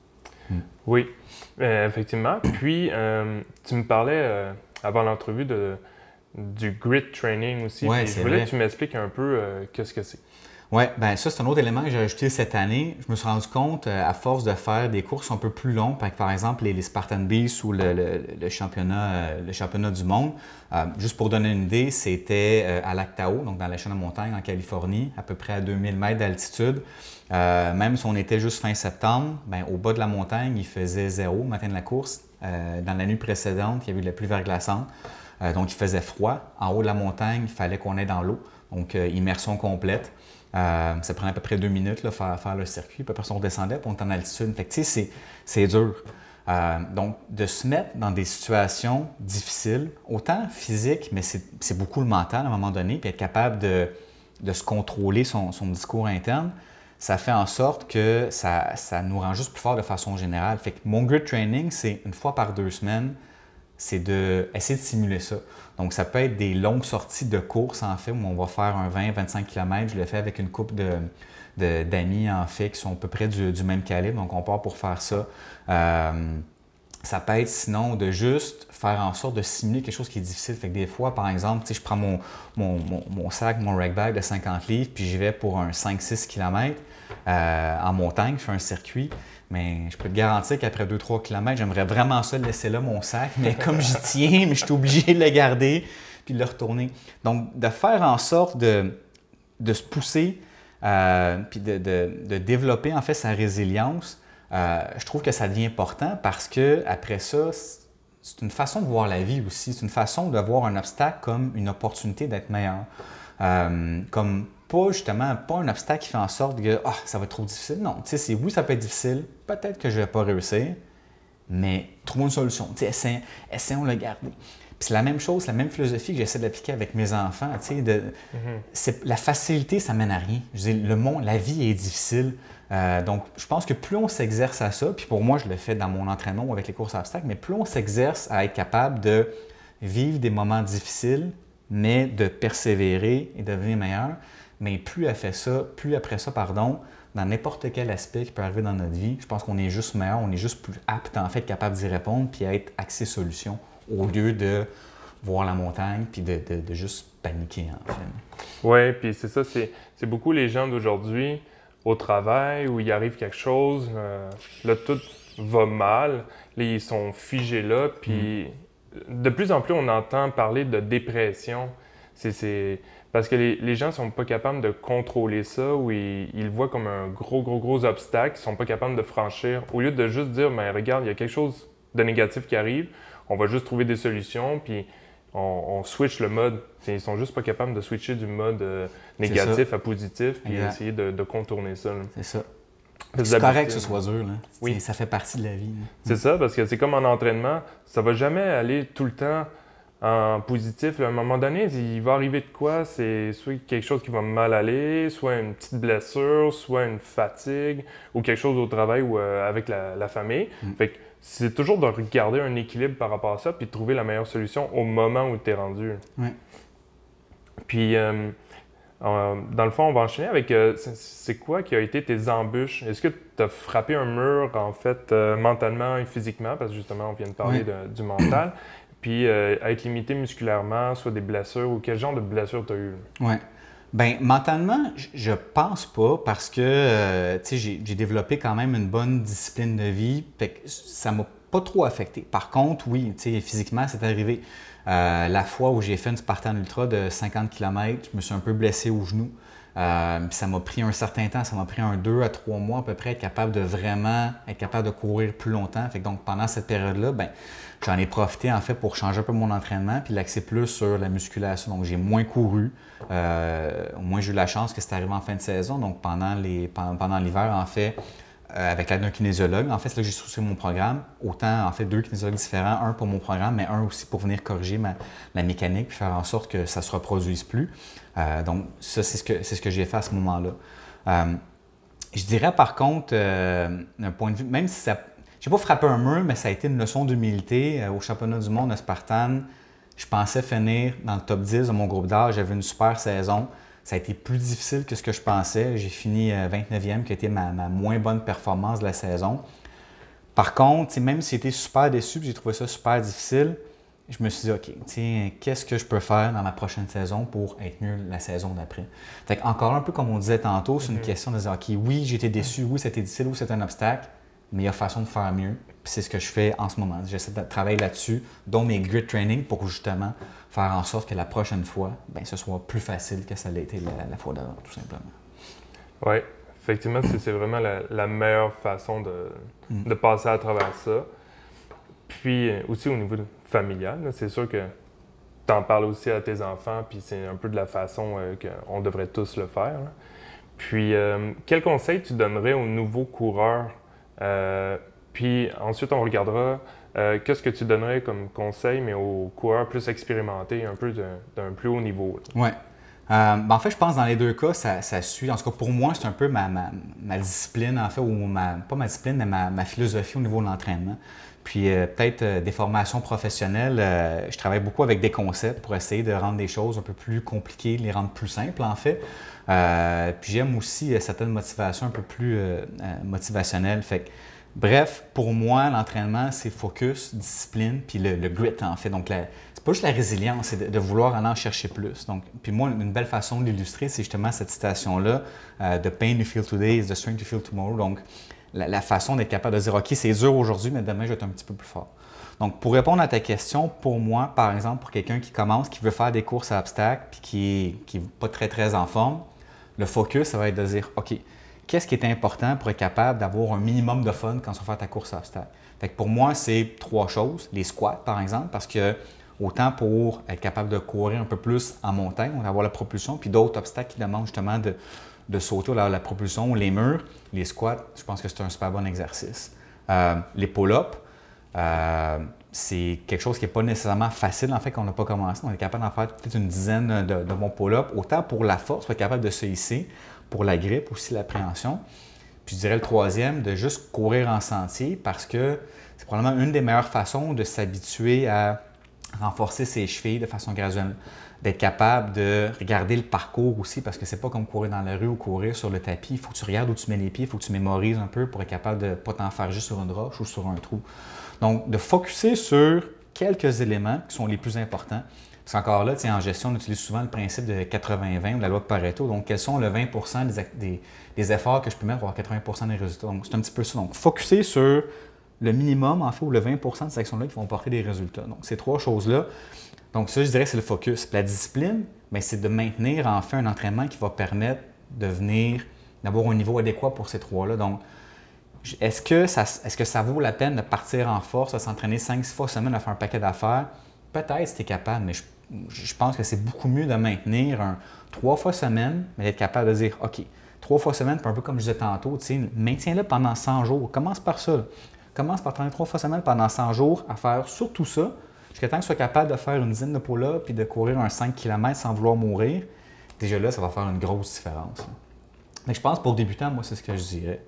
Mm. Oui, euh, effectivement. Puis, euh, tu me parlais euh, avant l'entrevue de, du grit training aussi. Ouais, Puis c'est je voulais vrai. que tu m'expliques un peu euh, qu'est-ce que c'est. Oui, ben ça, c'est un autre élément que j'ai ajouté cette année. Je me suis rendu compte, euh, à force de faire des courses un peu plus longues, par par exemple les, les Spartan Beasts ou le, le- le championnat, euh, le championnat du monde, euh, juste pour donner une idée, c'était euh, à Lac Tahoe, donc dans la chaîne de montagne en Californie, à peu près à deux mille mètres d'altitude. Euh, même si on était juste fin septembre, ben, au bas de la montagne, il faisait zéro le matin de la course. Euh, dans la nuit précédente, il y avait eu de la pluie verglaçante, euh, donc il faisait froid. En haut de la montagne, il fallait qu'on aille dans l'eau, donc euh, immersion complète. Euh, ça prenait à peu près deux minutes là, faire, faire le circuit. Puis après, on redescendait, puis on était en altitude. Fait que, tu sais, c'est, c'est dur. Euh, donc, de se mettre dans des situations difficiles, autant physiques, mais c'est, c'est beaucoup le mental à un moment donné, puis être capable de, de se contrôler son, son discours interne, ça fait en sorte que ça, ça nous rend juste plus fort de façon générale. Fait que mon grit training, c'est une fois par deux semaines, c'est d'essayer de simuler ça. Donc, ça peut être des longues sorties de course, en fait, où on va faire un vingt à vingt-cinq kilomètres. Je le fais avec une couple de, de, d'amis, en fait, qui sont à peu près du, du même calibre. Donc, on part pour faire ça. Euh, ça peut être, sinon, de juste faire en sorte de simuler quelque chose qui est difficile. Fait que des fois, par exemple, tu sais, je prends mon, mon, mon, mon sac, mon rag bag de cinquante livres, puis j'y vais pour un cinq à six kilomètres euh, en montagne. Je fais un circuit. Mais je peux te garantir qu'après deux à trois kilomètres, j'aimerais vraiment ça de laisser là mon sac. Mais comme j'y tiens, mais je suis obligé de le garder puis de le retourner. Donc, de faire en sorte de, de se pousser euh, puis de, de, de développer en fait sa résilience, euh, je trouve que ça devient important parce que après ça, c'est une façon de voir la vie aussi. C'est une façon de voir un obstacle comme une opportunité d'être meilleur. Euh, comme pas justement, pas un obstacle qui fait en sorte que oh, ça va être trop difficile. Non, tu sais, c'est oui, ça peut être difficile, peut-être que je ne vais pas réussir, mais trouvons une solution. Tu sais, essayons, essayons de le garder. Puis c'est la même chose, la même philosophie que j'essaie d'appliquer avec mes enfants. Tu sais, de, mm-hmm. c'est, la facilité, ça mène à rien. Je veux dire, le monde, la vie est difficile. Euh, donc, je pense que plus on s'exerce à ça, puis pour moi, je le fais dans mon entraînement ou avec les courses à obstacles, mais plus on s'exerce à être capable de vivre des moments difficiles, mais de persévérer et de devenir meilleur, mais plus elle fait ça, plus après ça, pardon, dans n'importe quel aspect qui peut arriver dans notre vie, je pense qu'on est juste meilleur, on est juste plus apte, en fait, capable d'y répondre puis à être axé solution au lieu de voir la montagne puis de, de, de juste paniquer, en fait. Oui, puis c'est ça, c'est, c'est beaucoup les gens d'aujourd'hui au travail où il arrive quelque chose, euh, là, tout va mal, là, ils sont figés là, puis mm. de plus en plus, on entend parler de dépression. C'est... c'est Parce que les, les gens ne sont pas capables de contrôler ça ou ils, ils le voient comme un gros, gros, gros obstacle qu'ils ne sont pas capables de franchir. Au lieu de juste dire, ben, regarde, il y a quelque chose de négatif qui arrive, on va juste trouver des solutions, puis on, on switch le mode. Ils ne sont juste pas capables de switcher du mode euh, négatif à positif, puis exact. Essayer de, de contourner ça. Là. C'est ça. C'est correct que ce soit dur. Là. Oui. Ça fait partie de la vie. Là. C'est mm. ça, parce que c'est comme en entraînement, ça ne va jamais aller tout le temps en positif. Là, à un moment donné, il va arriver de quoi? C'est soit quelque chose qui va mal aller, soit une petite blessure, soit une fatigue, ou quelque chose au travail ou euh, avec la, la famille. Mm. Fait que c'est toujours de regarder un équilibre par rapport à ça, puis de trouver la meilleure solution au moment où tu es rendu. Oui. Puis, euh, euh, dans le fond, on va enchaîner avec euh, c'est, c'est quoi qui a été tes embûches? Est-ce que tu as frappé un mur, en fait, euh, mentalement et physiquement? Parce que justement, on vient de parler oui. de, du mental. Puis euh, être limité musculairement, soit des blessures, ou quel genre de blessures tu as eu? Oui. Bien, mentalement, je pense pas parce que, euh, tu sais, j'ai, j'ai développé quand même une bonne discipline de vie, fait que ça m'a pas trop affecté. Par contre, oui, tu sais, physiquement, c'est arrivé. Euh, la fois où j'ai fait une Spartan Ultra de cinquante kilomètres, je me suis un peu blessé au genou. Euh, ça m'a pris un certain temps, ça m'a pris un deux à trois mois à peu près être capable de vraiment être capable de courir plus longtemps. Fait que donc pendant cette période-là, ben, j'en ai profité en fait pour changer un peu mon entraînement puis l'axer plus sur la musculation. Donc j'ai moins couru. Euh, au moins j'ai eu la chance que c'est arrivé en fin de saison. Donc pendant, les, pendant, pendant l'hiver, en fait, euh, avec l'aide d'un kinésiologue, en fait, c'est là que j'ai souscrit mon programme. Autant en fait deux kinésiologues différents, un pour mon programme, mais un aussi pour venir corriger ma, ma mécanique puis faire en sorte que ça ne se reproduise plus. Euh, donc, ça, c'est ce que, c'est ce que j'ai fait à ce moment-là. Euh, je dirais par contre, euh, d'un point de vue, même si ça. Je n'ai pas frappé un mur, mais ça a été une leçon d'humilité. Euh, au championnat du monde de Spartan, je pensais finir dans le top dix de mon groupe d'âge. J'avais une super saison. Ça a été plus difficile que ce que je pensais. J'ai fini vingt-neuvième, qui a été ma, ma moins bonne performance de la saison. Par contre, même si j'étais super déçu et j'ai trouvé ça super difficile, je me suis dit, OK, tiens, qu'est-ce que je peux faire dans ma prochaine saison pour être mieux la saison d'après? Fait qu'encore un peu comme on disait tantôt, c'est une mm-hmm. question de dire, OK, oui, j'ai été déçu, oui, c'était difficile, oui, c'est un obstacle, mais il y a façon de faire mieux. Puis c'est ce que je fais en ce moment. J'essaie de travailler là-dessus, dont mes grit training, pour justement faire en sorte que la prochaine fois, bien, ce soit plus facile que ça l'a été la, la fois d'avant, tout simplement. Oui, effectivement, c'est, c'est vraiment la, la meilleure façon de, mm. de passer à travers ça. Puis aussi au niveau familial, là, c'est sûr que tu en parles aussi à tes enfants, puis c'est un peu de la façon euh, qu'on devrait tous le faire. Là. Puis, euh, quel conseil tu donnerais aux nouveaux coureurs? Euh, puis ensuite, on regardera euh, qu'est-ce que tu donnerais comme conseil, mais aux coureurs plus expérimentés, un peu d'un, d'un plus haut niveau. Oui. Euh, ben en fait, je pense que dans les deux cas, ça, ça suit. En tout cas, pour moi, c'est un peu ma, ma, ma discipline, en fait, ou ma, pas ma discipline, mais ma, ma philosophie au niveau de l'entraînement. Puis euh, peut-être euh, des formations professionnelles, euh, je travaille beaucoup avec des concepts pour essayer de rendre des choses un peu plus compliquées, les rendre plus simples, en fait. Euh, puis j'aime aussi euh, certaines motivations un peu plus euh, euh, motivationnelles. Fait que, bref, pour moi, l'entraînement, c'est focus, discipline, puis le, le grit, en fait. Donc, la, c'est pas juste la résilience, c'est de, de vouloir aller en chercher plus. Donc, puis moi, une belle façon de l'illustrer, c'est justement cette citation-là, euh, « The pain you feel today is the strength you feel tomorrow ». Donc, la, la façon d'être capable de dire « OK, c'est dur aujourd'hui, mais demain, je vais être un petit peu plus fort ». Donc, pour répondre à ta question, pour moi, par exemple, pour quelqu'un qui commence, qui veut faire des courses à obstacles, puis qui n'est pas très, très en forme, le focus, ça va être de dire « OK, qu'est-ce qui est important pour être capable d'avoir un minimum de fun quand on va faire ta course à obstacles? » Fait que pour moi, c'est trois choses. Les squats, par exemple, parce que autant pour être capable de courir un peu plus en montagne, on va avoir la propulsion, puis d'autres obstacles qui demandent justement de, de sauter la, la propulsion, les murs, les squats, je pense que c'est un super bon exercice. Euh, les pull-ups, euh, c'est quelque chose qui n'est pas nécessairement facile, en fait, qu'on n'a pas commencé. On est capable d'en faire peut-être une dizaine de, de bons pull-ups, autant pour la force, pour être capable de se hisser, pour la grippe, aussi l'appréhension. Puis je dirais le troisième, de juste courir en sentier, parce que c'est probablement une des meilleures façons de s'habituer à renforcer ses chevilles de façon graduelle. D'être capable de regarder le parcours aussi, parce que c'est pas comme courir dans la rue ou courir sur le tapis. Il faut que tu regardes où tu mets les pieds, il faut que tu mémorises un peu pour être capable de ne pas t'en faire juste sur une roche ou sur un trou. Donc, de focusser sur quelques éléments qui sont les plus importants. Parce qu'encore là, en gestion, on utilise souvent le principe de quatre-vingts vingt ou la loi de Pareto. Donc, quels sont le vingt pour cent des, des, des efforts que je peux mettre pour avoir quatre-vingts pour cent des résultats? Donc, c'est un petit peu ça. Donc, focusser sur le minimum, en fait, ou le vingt pour cent de ces actions-là qui vont porter des résultats. Donc, ces trois choses-là. Donc, ça, je dirais, c'est le focus. Puis la discipline, bien, c'est de maintenir, en fait, un entraînement qui va permettre de venir, d'avoir un niveau adéquat pour ces trois-là. Donc, est-ce que ça, est-ce que ça vaut la peine de partir en force, de s'entraîner cinq six fois semaine, à faire un paquet d'affaires? Peut-être si tu es capable, mais je, je pense que c'est beaucoup mieux de maintenir un trois fois semaine, mais d'être capable de dire, OK, trois fois semaine, puis un peu comme je disais tantôt, maintiens-le pendant cent jours. Commence par ça. Là. Commence par t'entraîner trois fois semaine pendant cent jours à faire surtout ça, jusqu'à temps que tu sois capable de faire une dizaine de pull-ups puis de courir un cinq kilomètres sans vouloir mourir. Déjà là, ça va faire une grosse différence. Mais je pense pour débutants, moi, c'est ce que je dirais.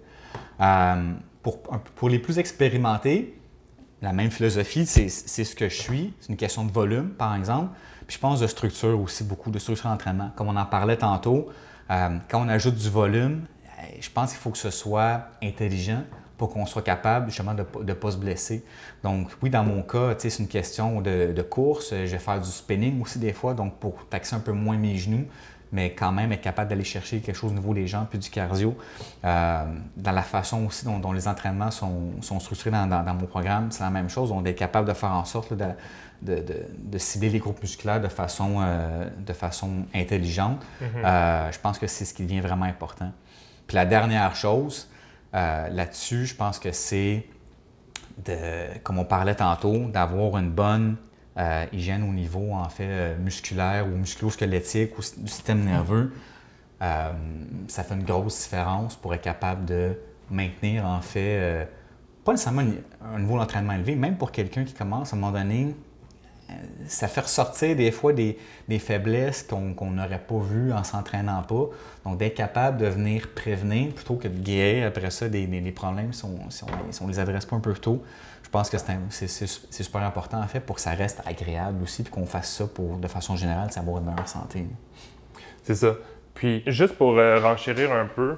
Euh, pour, pour les plus expérimentés, la même philosophie, c'est, c'est ce que je suis. C'est une question de volume, par exemple. Puis je pense de structure aussi, beaucoup de structure d'entraînement. Comme on en parlait tantôt, euh, quand on ajoute du volume, je pense qu'il faut que ce soit intelligent pour qu'on soit capable justement de ne pas se blesser. Donc oui, dans mon cas, c'est une question de, de course. Je vais faire du spinning aussi des fois, donc pour taxer un peu moins mes genoux, mais quand même être capable d'aller chercher quelque chose au niveau des jambes puis du cardio. Euh, dans la façon aussi dont, dont les entraînements sont, sont structurés dans, dans, dans mon programme, c'est la même chose. On est capable de faire en sorte là, de, de, de, de cibler les groupes musculaires de façon, euh, de façon intelligente. Mm-hmm. Euh, je pense que c'est ce qui devient vraiment important. Puis la dernière chose, Euh, là-dessus, je pense que c'est, de, comme on parlait tantôt, d'avoir une bonne euh, hygiène au niveau, en fait, euh, musculaire ou musculo-squelettique ou du système nerveux. Euh, ça fait une grosse différence pour être capable de maintenir, en fait, euh, pas nécessairement un niveau d'entraînement élevé, même pour quelqu'un qui commence, à un moment donné, ça fait ressortir des fois des, des faiblesses qu'on qu'on n'aurait pas vues en s'entraînant pas. Donc, d'être capable de venir prévenir plutôt que de guérir après ça des, des, des problèmes si on, si, on, si on les adresse pas un peu tôt. Je pense que c'est, un, c'est, c'est, c'est super important en fait pour que ça reste agréable aussi puis qu'on fasse ça pour, de façon générale, avoir une meilleure santé. C'est ça. Puis, juste pour euh, renchérir un peu,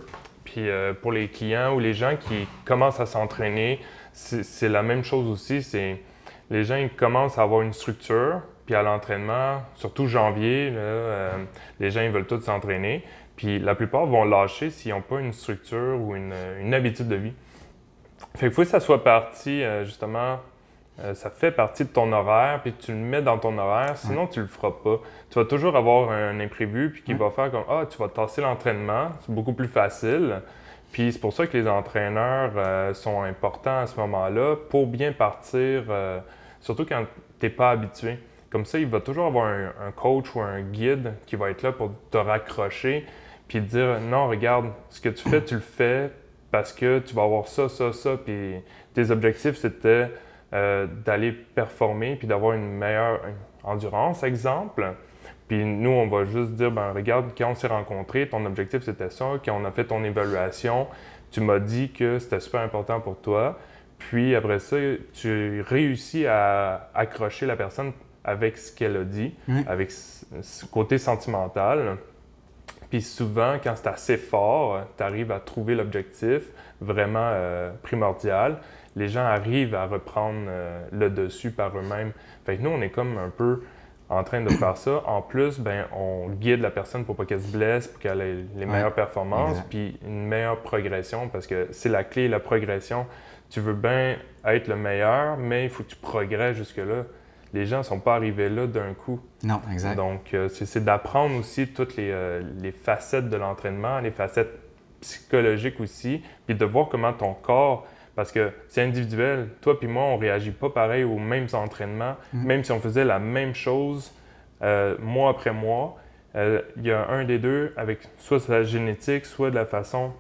Puis euh, pour les clients ou les gens qui commencent à s'entraîner, c'est, c'est la même chose aussi. C'est, les gens ils commencent à avoir une structure, puis à l'entraînement, surtout janvier, là, euh, les gens ils veulent tous s'entraîner. Puis la plupart vont lâcher s'ils n'ont pas une structure ou une, une habitude de vie. Fait qu'il faut que ça soit parti, euh, justement, euh, ça fait partie de ton horaire, puis tu le mets dans ton horaire, sinon tu le feras pas. Tu vas toujours avoir un imprévu, puis qui va faire comme « Ah, tu vas tasser l'entraînement », c'est beaucoup plus facile. Puis c'est pour ça que les entraîneurs euh, sont importants à ce moment-là pour bien partir, euh, surtout quand tu n'es pas habitué. Comme ça, il va toujours avoir un, un coach ou un guide qui va être là pour te raccrocher, puis te dire « Non, regarde, ce que tu fais, tu le fais parce que tu vas avoir ça, ça, ça. » Puis tes objectifs, c'était euh, d'aller performer puis d'avoir une meilleure endurance, exemple. Puis nous, on va juste dire, ben regarde, quand on s'est rencontrés, ton objectif c'était ça. Quand on a fait ton évaluation, tu m'as dit que c'était super important pour toi. Puis après ça, tu réussis à accrocher la personne avec ce qu'elle a dit, mmh. avec ce côté sentimental. Puis souvent, quand c'est assez fort, tu arrives à trouver l'objectif vraiment euh, primordial. Les gens arrivent à reprendre euh, le dessus par eux-mêmes. Fait que nous, on est comme un peu en train de faire ça. En plus, ben, on guide la personne pour pas qu'elle se blesse, pour qu'elle ait les meilleures ouais, performances, exact. Puis une meilleure progression, parce que c'est la clé, la progression. Tu veux bien être le meilleur, mais il faut que tu progresses jusque-là. Les gens ne sont pas arrivés là d'un coup. Non, exact. Donc, euh, c'est, c'est d'apprendre aussi toutes les, euh, les facettes de l'entraînement, les facettes psychologiques aussi, puis de voir comment ton corps, parce que c'est individuel. Toi puis moi, on ne réagit pas pareil aux mêmes entraînements, mmh. même si on faisait la même chose euh, mois après mois. Euh, il y a un des deux avec soit de la génétique, soit de la façon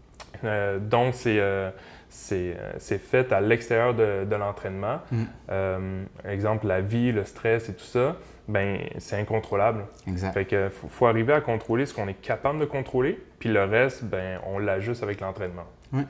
euh, dont c'est... Euh, C'est, c'est fait à l'extérieur de, de l'entraînement. Mm. Euh, exemple, la vie, le stress et tout ça, ben c'est incontrôlable. Exact. Fait que faut, faut arriver à contrôler ce qu'on est capable de contrôler, puis le reste, ben on l'ajuste avec l'entraînement. Mm.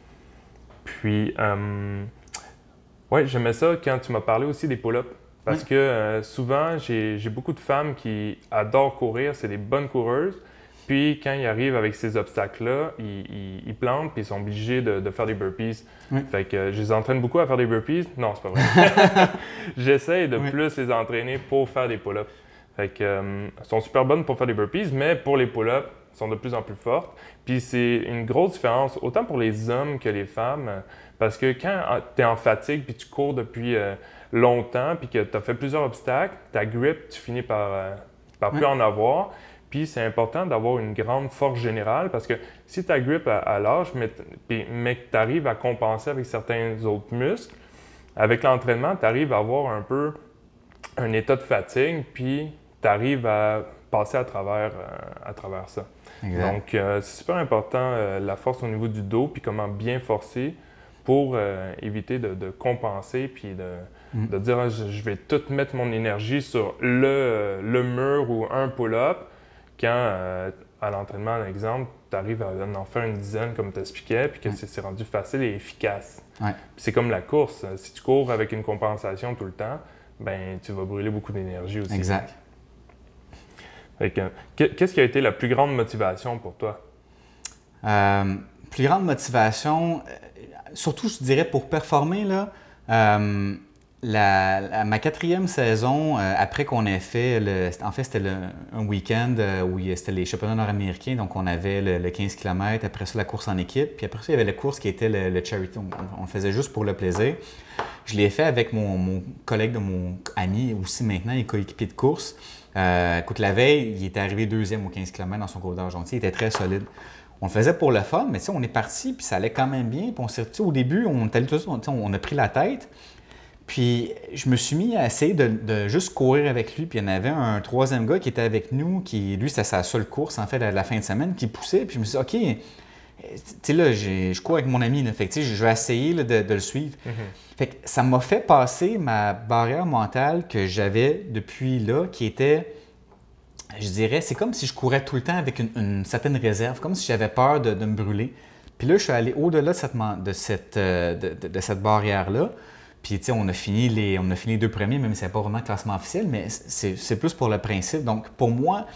Puis, euh, ouais, j'aimais ça quand tu m'as parlé aussi des pull-ups. Parce mm. que euh, souvent, j'ai, j'ai beaucoup de femmes qui adorent courir, c'est des bonnes coureuses. Puis, quand ils arrivent avec ces obstacles-là, ils, ils, ils plantent puis ils sont obligés de, de faire des burpees. Oui. Fait que euh, je les entraîne beaucoup à faire des burpees. Non, c'est pas vrai. J'essaie de oui. plus les entraîner pour faire des pull-ups. Fait que, euh, elles sont super bonnes pour faire des burpees, mais pour les pull-ups, elles sont de plus en plus fortes. Puis, c'est une grosse différence, autant pour les hommes que les femmes, parce que quand tu es en fatigue puis tu cours depuis euh, longtemps puis que tu as fait plusieurs obstacles, ta grip, tu finis par, euh, par oui. plus en avoir. Puis c'est important d'avoir une grande force générale parce que si ta grip à, à l'âge, mais, mais que tu arrives à compenser avec certains autres muscles, avec l'entraînement, tu arrives à avoir un peu un état de fatigue, puis tu arrives à passer à travers, euh, à travers ça. Exact. Donc, euh, c'est super important euh, la force au niveau du dos, puis comment bien forcer pour euh, éviter de, de compenser, puis de, mm. de dire ah, je, je vais tout mettre mon énergie sur le, le mur ou un pull-up. Quand, euh, à l'entraînement, par exemple, tu arrives à en faire une dizaine, comme tu expliquais, puis que ouais. c'est, c'est rendu facile et efficace. Ouais. C'est comme la course. Si tu cours avec une compensation tout le temps, ben tu vas brûler beaucoup d'énergie aussi. Exact. Fait que, qu'est-ce qui a été la plus grande motivation pour toi? Euh, plus grande motivation, surtout, je dirais, pour performer, là, euh, La, la, ma quatrième saison, euh, après qu'on ait fait, le, en fait, c'était le, un week-end euh, où c'était les championnats nord-américains, donc on avait le, le quinze kilomètres, après ça la course en équipe, puis après ça il y avait la course qui était le, le charity, on, on le faisait juste pour le plaisir. Je l'ai fait avec mon, mon collègue, de mon ami aussi maintenant, il est coéquipier de course. Euh, écoute, la veille, il était arrivé deuxième au quinze kilomètres dans son cours d'Argentier, il était très solide. On le faisait pour le fun, mais on est parti, puis ça allait quand même bien, puis on s'est, au début, on, on, on a pris la tête. Puis, je me suis mis à essayer de, de juste courir avec lui. Puis, il y en avait un troisième gars qui était avec nous, qui, lui, c'était sa seule course, en fait, à la fin de semaine, qui poussait. Puis, je me suis dit, OK, tu sais, là, j'ai, je cours avec mon ami, là, fait que, tu sais, je vais essayer là, de, de le suivre. Mm-hmm. Fait que ça m'a fait passer ma barrière mentale que j'avais depuis là, qui était, je dirais, c'est comme si je courais tout le temps avec une, une certaine réserve, comme si j'avais peur de, de me brûler. Puis là, je suis allé au-delà de cette, de cette, de, de, de cette barrière-là. Puis, tu sais, on a fini les, on a fini les deux premiers, même si ce n'est pas vraiment le classement officiel, mais c'est, c'est plus pour le principe. Donc, pour moi,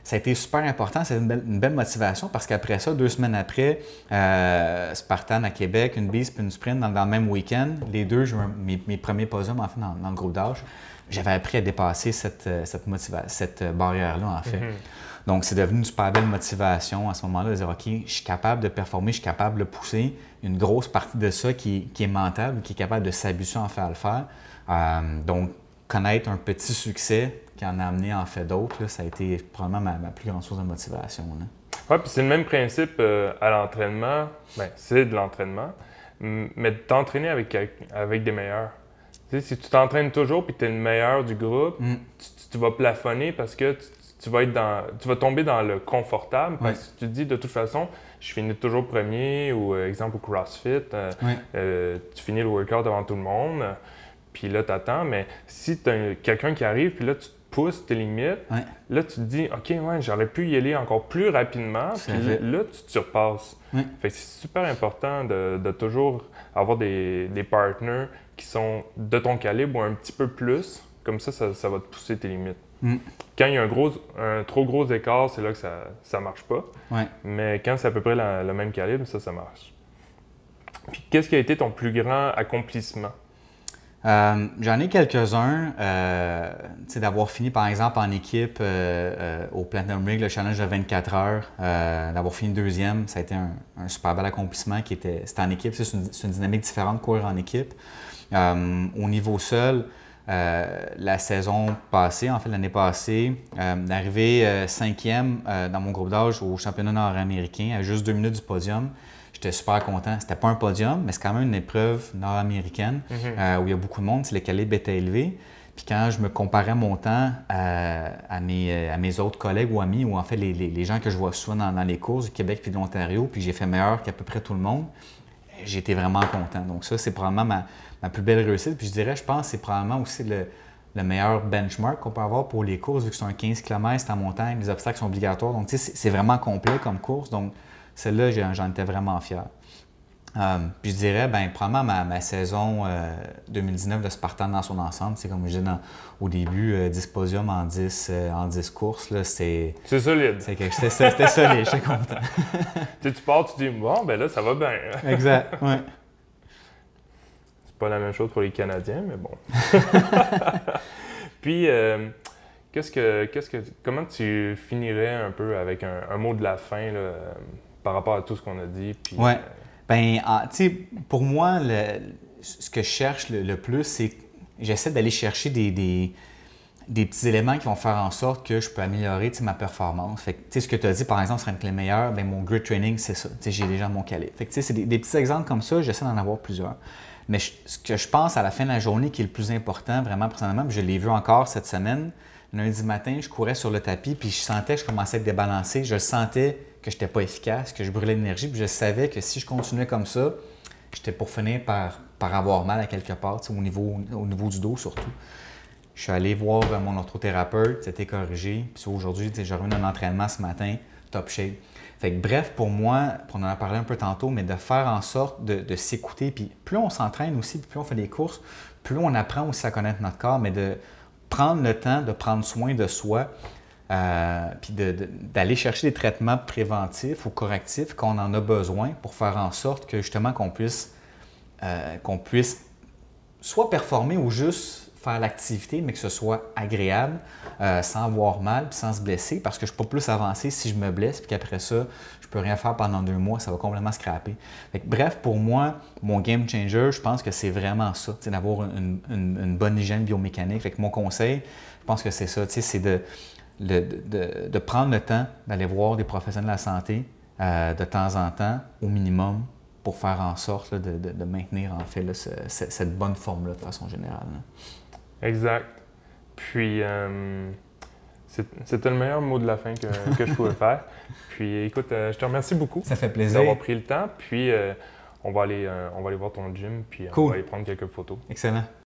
ça a été super important, c'est une belle, une belle motivation parce qu'après ça, deux semaines après, euh, Spartan à Québec, une bise puis une sprint dans, dans le même week-end. Les deux, j'ai eu mes, mes premiers podiums en fait dans, dans le groupe d'âge. J'avais appris à dépasser cette, cette, motiva- cette barrière-là en fait. Mm-hmm. Donc, c'est devenu une super belle motivation à ce moment-là de dire, OK, je suis capable de performer, je suis capable de pousser. Une grosse partie de ça qui, qui est mentale, qui est capable de s'habituer en fait à le faire. Euh, donc, connaître un petit succès qui en a amené en fait d'autres, là, ça a été probablement ma, ma plus grande source de motivation. Oui, puis c'est le même principe euh, à l'entraînement. Bien, c'est de l'entraînement, mais de t'entraîner avec, avec des meilleurs. Tu sais, si tu t'entraînes toujours et que tu es le meilleur du groupe, mm. tu, tu vas plafonner parce que tu, tu, vas être dans, tu vas tomber dans le confortable. Parce que tu te dis de toute façon, je finis toujours premier ou euh, exemple au CrossFit, euh, ouais. euh, tu finis le workout avant tout le monde. Puis là, tu attends, mais si tu as quelqu'un qui arrive, puis là, tu te pousses tes limites, ouais. là, tu te dis, OK, ouais, j'aurais pu y aller encore plus rapidement, puis là, là, tu te surpasses. Ouais. Fait que c'est super important de, de toujours avoir des, des partners qui sont de ton calibre ou un petit peu plus, comme ça, ça, ça va te pousser tes limites. Mm. Quand il y a un, gros, un trop gros écart, c'est là que ça ne marche pas. Ouais. Mais quand c'est à peu près la, le même calibre, ça, ça marche. Puis qu'est-ce qui a été ton plus grand accomplissement? Euh, j'en ai quelques-uns. Euh, d'avoir fini, par exemple, en équipe euh, euh, au Platinum Rig, le challenge de vingt-quatre heures, euh, d'avoir fini deuxième, ça a été un, un super bel accomplissement qui était, c'était en équipe. C'est une, c'est une dynamique différente de courir en équipe. Euh, au niveau seul, euh, la saison passée, en fait l'année passée, euh, d'arriver euh, cinquième euh, dans mon groupe d'âge au championnat nord-américain à juste deux minutes du podium. J'étais super content. C'était pas un podium, mais c'est quand même une épreuve nord-américaine mm-hmm. euh, où il y a beaucoup de monde, le calibre était élevé. Puis quand je me comparais mon temps à, à, mes, à mes autres collègues ou amis, ou en fait les, les, les gens que je vois souvent dans, dans les courses du Québec puis de l'Ontario, puis j'ai fait meilleur qu'à peu près tout le monde, j'étais vraiment content. Donc ça, c'est probablement ma, ma plus belle réussite. Puis je dirais, je pense que c'est probablement aussi le, le meilleur benchmark qu'on peut avoir pour les courses, vu que c'est un quinze kilomètres, c'est en montagne, les obstacles sont obligatoires. Donc tu sais, c'est, c'est vraiment complet comme course. Donc celle-là, j'en étais vraiment fier. Euh, puis je dirais, bien, probablement ma, ma saison euh, deux mille dix-neuf de Spartan dans son ensemble, c'est comme je disais dans, au début, euh, dix podiums en dix, euh, en dix courses, là, c'est... C'est solide. C'est quelque, c'était, c'était solide, j'étais content. tu, tu pars, tu dis, bon, ben là, ça va bien. Exact, oui. C'est pas la même chose pour les Canadiens, mais bon. Puis, euh, qu'est-ce que, qu'est-ce que, comment tu finirais un peu avec un, un mot de la fin, là, euh, par rapport à tout ce qu'on a dit? Puis, ouais. Euh, ben, tu sais, pour moi, le, ce que je cherche le, le plus, c'est que j'essaie d'aller chercher des, des, des petits éléments qui vont faire en sorte que je peux améliorer ma performance. Fait que, tu sais, ce que tu as dit, par exemple, sur un clé meilleur, ben mon grid training, c'est ça. Tu sais, j'ai déjà mon calibre. Fait que, tu sais, c'est des, des petits exemples comme ça, j'essaie d'en avoir plusieurs. Mais je, ce que je pense à la fin de la journée qui est le plus important, vraiment personnellement, puis je l'ai vu encore cette semaine, lundi matin, je courais sur le tapis, puis je sentais que je commençais à être débalancé. Je sentais que je n'étais pas efficace, que je brûlais l'énergie, puis je savais que si je continuais comme ça, j'étais pour finir par, par avoir mal à quelque part, au niveau, au niveau du dos surtout. Je suis allé voir mon orthothérapeute, c'était corrigé, puis aujourd'hui, j'ai revenu d'un entraînement ce matin, top shape. Fait que bref, pour moi, on en a parlé un peu tantôt, mais de faire en sorte de, de s'écouter, puis plus on s'entraîne aussi, puis plus on fait des courses, plus on apprend aussi à connaître notre corps, mais de prendre le temps de prendre soin de soi, euh, puis de, de, d'aller chercher des traitements préventifs ou correctifs quand on en a besoin pour faire en sorte que justement qu'on puisse, euh, qu'on puisse soit performer ou juste faire l'activité, mais que ce soit agréable, euh, sans avoir mal, puis sans se blesser, parce que je ne peux pas plus avancer si je me blesse, puis qu'après ça, je ne peux rien faire pendant deux mois, ça va complètement scraper. Fait que, bref, pour moi, mon game changer, je pense que c'est vraiment ça, d'avoir une, une, une bonne hygiène biomécanique. Fait que mon conseil, je pense que c'est ça, c'est de, de, de, de prendre le temps d'aller voir des professionnels de la santé euh, de temps en temps, au minimum, pour faire en sorte là, de, de, de maintenir en fait là, ce, cette bonne forme-là de façon générale. Là. Exact. Puis, euh, c'était le meilleur mot de la fin que, que je pouvais faire. Puis, écoute, euh, je te remercie beaucoup. Ça fait plaisir. D'avoir pris le temps. Puis, euh, on, va aller, euh, on va aller voir ton gym, puis cool. On va aller prendre quelques photos. Excellent.